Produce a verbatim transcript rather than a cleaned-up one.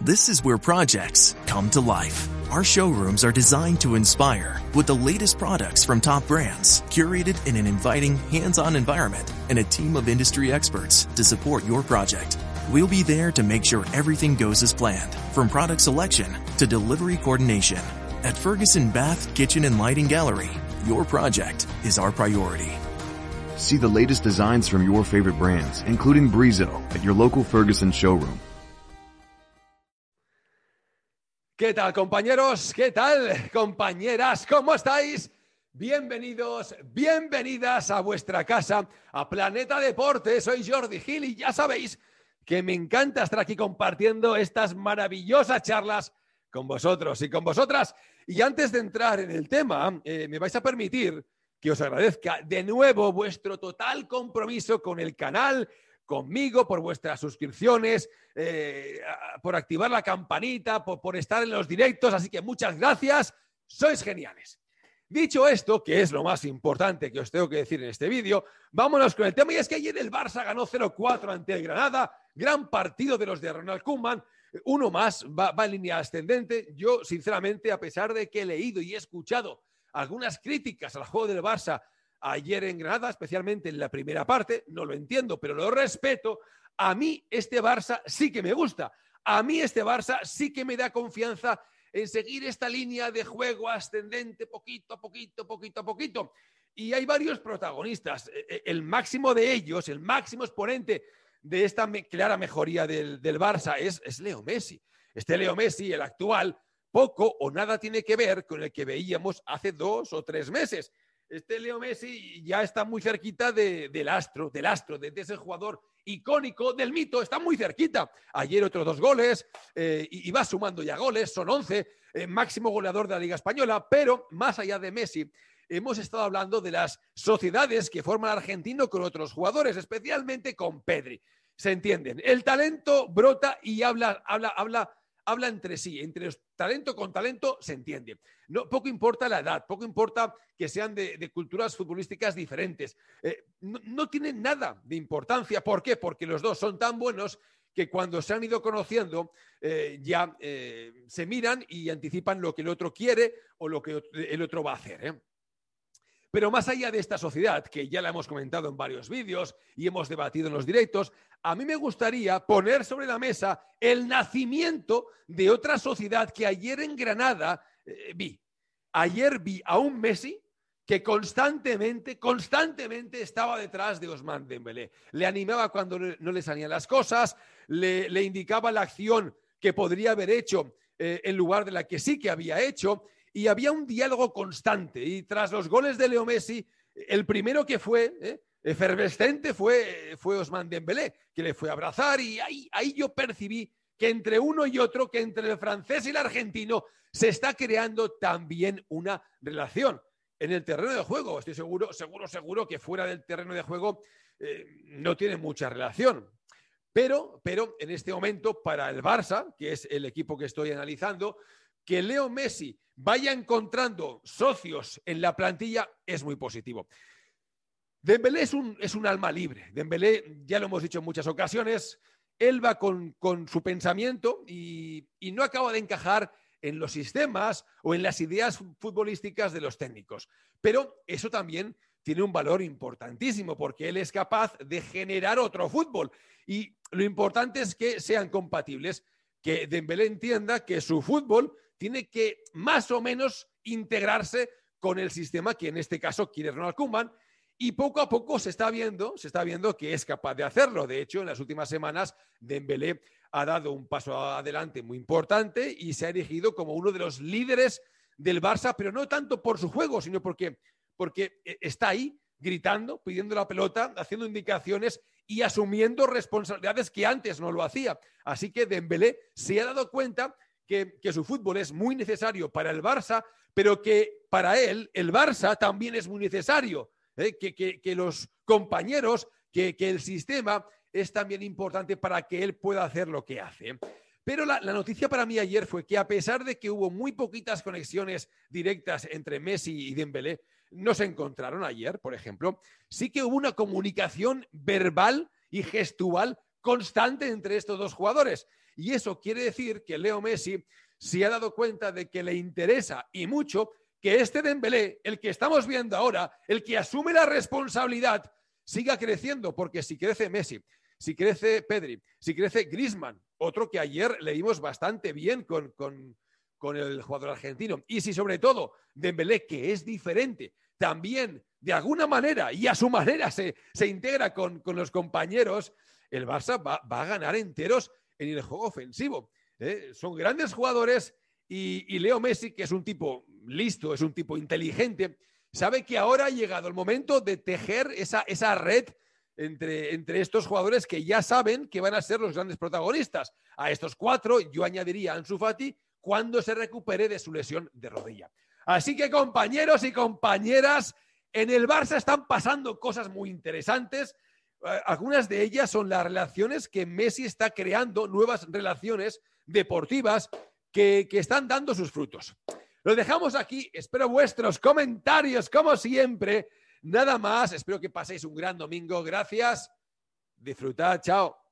This is where projects come to life. Our showrooms are designed to inspire with the latest products from top brands, curated in an inviting, hands-on environment, and a team of industry experts to support your project. We'll be there to make sure everything goes as planned, from product selection to delivery coordination. At Ferguson Bath, Kitchen and Lighting Gallery, your project is our priority. See the latest designs from your favorite brands, including Brizo, at your local Ferguson showroom. ¿Qué tal, compañeros? ¿Qué tal, compañeras? ¿Cómo estáis? Bienvenidos, bienvenidas a vuestra casa, a Planeta Deporte. Soy Jordi Gil y ya sabéis que me encanta estar aquí compartiendo estas maravillosas charlas con vosotros y con vosotras. Y antes de entrar en el tema, eh, me vais a permitir que os agradezca de nuevo vuestro total compromiso con el canal, conmigo, por vuestras suscripciones, eh, por activar la campanita, por, por estar en los directos. Así que muchas gracias, sois geniales. Dicho esto, que es lo más importante que os tengo que decir en este vídeo, vámonos con el tema. Y es que ayer el Barça ganó cero cuatro ante el Granada, gran partido de los de Ronald Koeman, uno más, va, va en línea ascendente. Yo, sinceramente, a pesar de que he leído y he escuchado algunas críticas al juego del Barça ayer en Granada, especialmente en la primera parte, no lo entiendo, pero lo respeto. A mí este Barça sí que me gusta. A mí este Barça sí que me da confianza en seguir esta línea de juego ascendente poquito a poquito, poquito a poquito. Y hay varios protagonistas. El máximo de ellos, el máximo exponente de esta clara mejoría del, del Barça es, es Leo Messi. Este Leo Messi, el actual, poco o nada tiene que ver con el que veíamos hace dos o tres meses. Este Leo Messi ya está muy cerquita de, del astro, del astro, de, de ese jugador icónico, del mito, está muy cerquita. Ayer otros dos goles, eh, y, y va sumando ya goles, son once, eh, máximo goleador de la Liga Española, pero más allá de Messi, hemos estado hablando de las sociedades que forman al argentino con otros jugadores, especialmente con Pedri. Se entienden, el talento brota y habla, habla, habla, habla entre sí, entre los talento con talento se entiende. No, poco importa la edad, poco importa que sean de, de culturas futbolísticas diferentes. Eh, no, no tienen nada de importancia. ¿Por qué? Porque los dos son tan buenos que cuando se han ido conociendo eh, ya eh, se miran y anticipan lo que el otro quiere o lo que el otro va a hacer, ¿eh? Pero más allá de esta sociedad, que ya la hemos comentado en varios vídeos y hemos debatido en los directos, a mí me gustaría poner sobre la mesa el nacimiento de otra sociedad que ayer en Granada eh, vi. Ayer vi a un Messi que constantemente, constantemente estaba detrás de Ousmane Dembélé. Le animaba cuando no le salían las cosas, le, le indicaba la acción que podría haber hecho eh, en lugar de la que sí que había hecho. Y había un diálogo constante. Y tras los goles de Leo Messi, el primero que fue eh, efervescente fue, fue Ousmane Dembélé, que le fue a abrazar. Y ahí, ahí yo percibí que entre uno y otro, que entre el francés y el argentino, se está creando también una relación. En el terreno de juego, estoy seguro, seguro, seguro que fuera del terreno de juego eh, no tiene mucha relación. Pero, pero en este momento, para el Barça, que es el equipo que estoy analizando, que Leo Messi vaya encontrando socios en la plantilla es muy positivo. Dembélé es un, es un alma libre. Dembélé, ya lo hemos dicho en muchas ocasiones, él va con, con su pensamiento y, y no acaba de encajar en los sistemas o en las ideas futbolísticas de los técnicos. Pero eso también tiene un valor importantísimo porque él es capaz de generar otro fútbol. Y lo importante es que sean compatibles, que Dembélé entienda que su fútbol tiene que más o menos integrarse con el sistema que en este caso quiere Ronald Koeman, y poco a poco se está viendo, se está viendo que es capaz de hacerlo. De hecho, en las últimas semanas Dembélé ha dado un paso adelante muy importante y se ha erigido como uno de los líderes del Barça, pero no tanto por su juego, sino porque, porque está ahí gritando, pidiendo la pelota, haciendo indicaciones y asumiendo responsabilidades que antes no lo hacía. Así que Dembélé se ha dado cuenta Que, que su fútbol es muy necesario para el Barça, pero que para él el Barça también es muy necesario, ¿eh? que, que, que los compañeros, que, que el sistema es también importante para que él pueda hacer lo que hace. Pero la, la noticia para mí ayer fue que a pesar de que hubo muy poquitas conexiones directas entre Messi y Dembélé, no se encontraron ayer, por ejemplo, sí que hubo una comunicación verbal y gestual constante entre estos dos jugadores. Y eso quiere decir que Leo Messi se ha dado cuenta de que le interesa y mucho que este Dembélé, el que estamos viendo ahora, el que asume la responsabilidad, siga creciendo, porque si crece Messi, si crece Pedri, si crece Griezmann, otro que ayer leímos bastante bien con, con, con el jugador argentino, y si sobre todo Dembélé, que es diferente, también de alguna manera y a su manera se, se integra con, con los compañeros, el Barça va, va a ganar enteros en el juego ofensivo. ¿eh? Son grandes jugadores y, y Leo Messi, que es un tipo listo, es un tipo inteligente, sabe que ahora ha llegado el momento de tejer esa, esa red entre, entre estos jugadores que ya saben que van a ser los grandes protagonistas. A estos cuatro yo añadiría a Ansu Fati cuando se recupere de su lesión de rodilla. Así que, compañeros y compañeras, en el Barça están pasando cosas muy interesantes. Eh, algunas de ellas son las relaciones que Messi está creando, nuevas relaciones deportivas que, que están dando sus frutos. Lo dejamos aquí. Espero vuestros comentarios, como siempre. Nada más. Espero que paséis un gran domingo. Gracias. Disfrutad. Chao.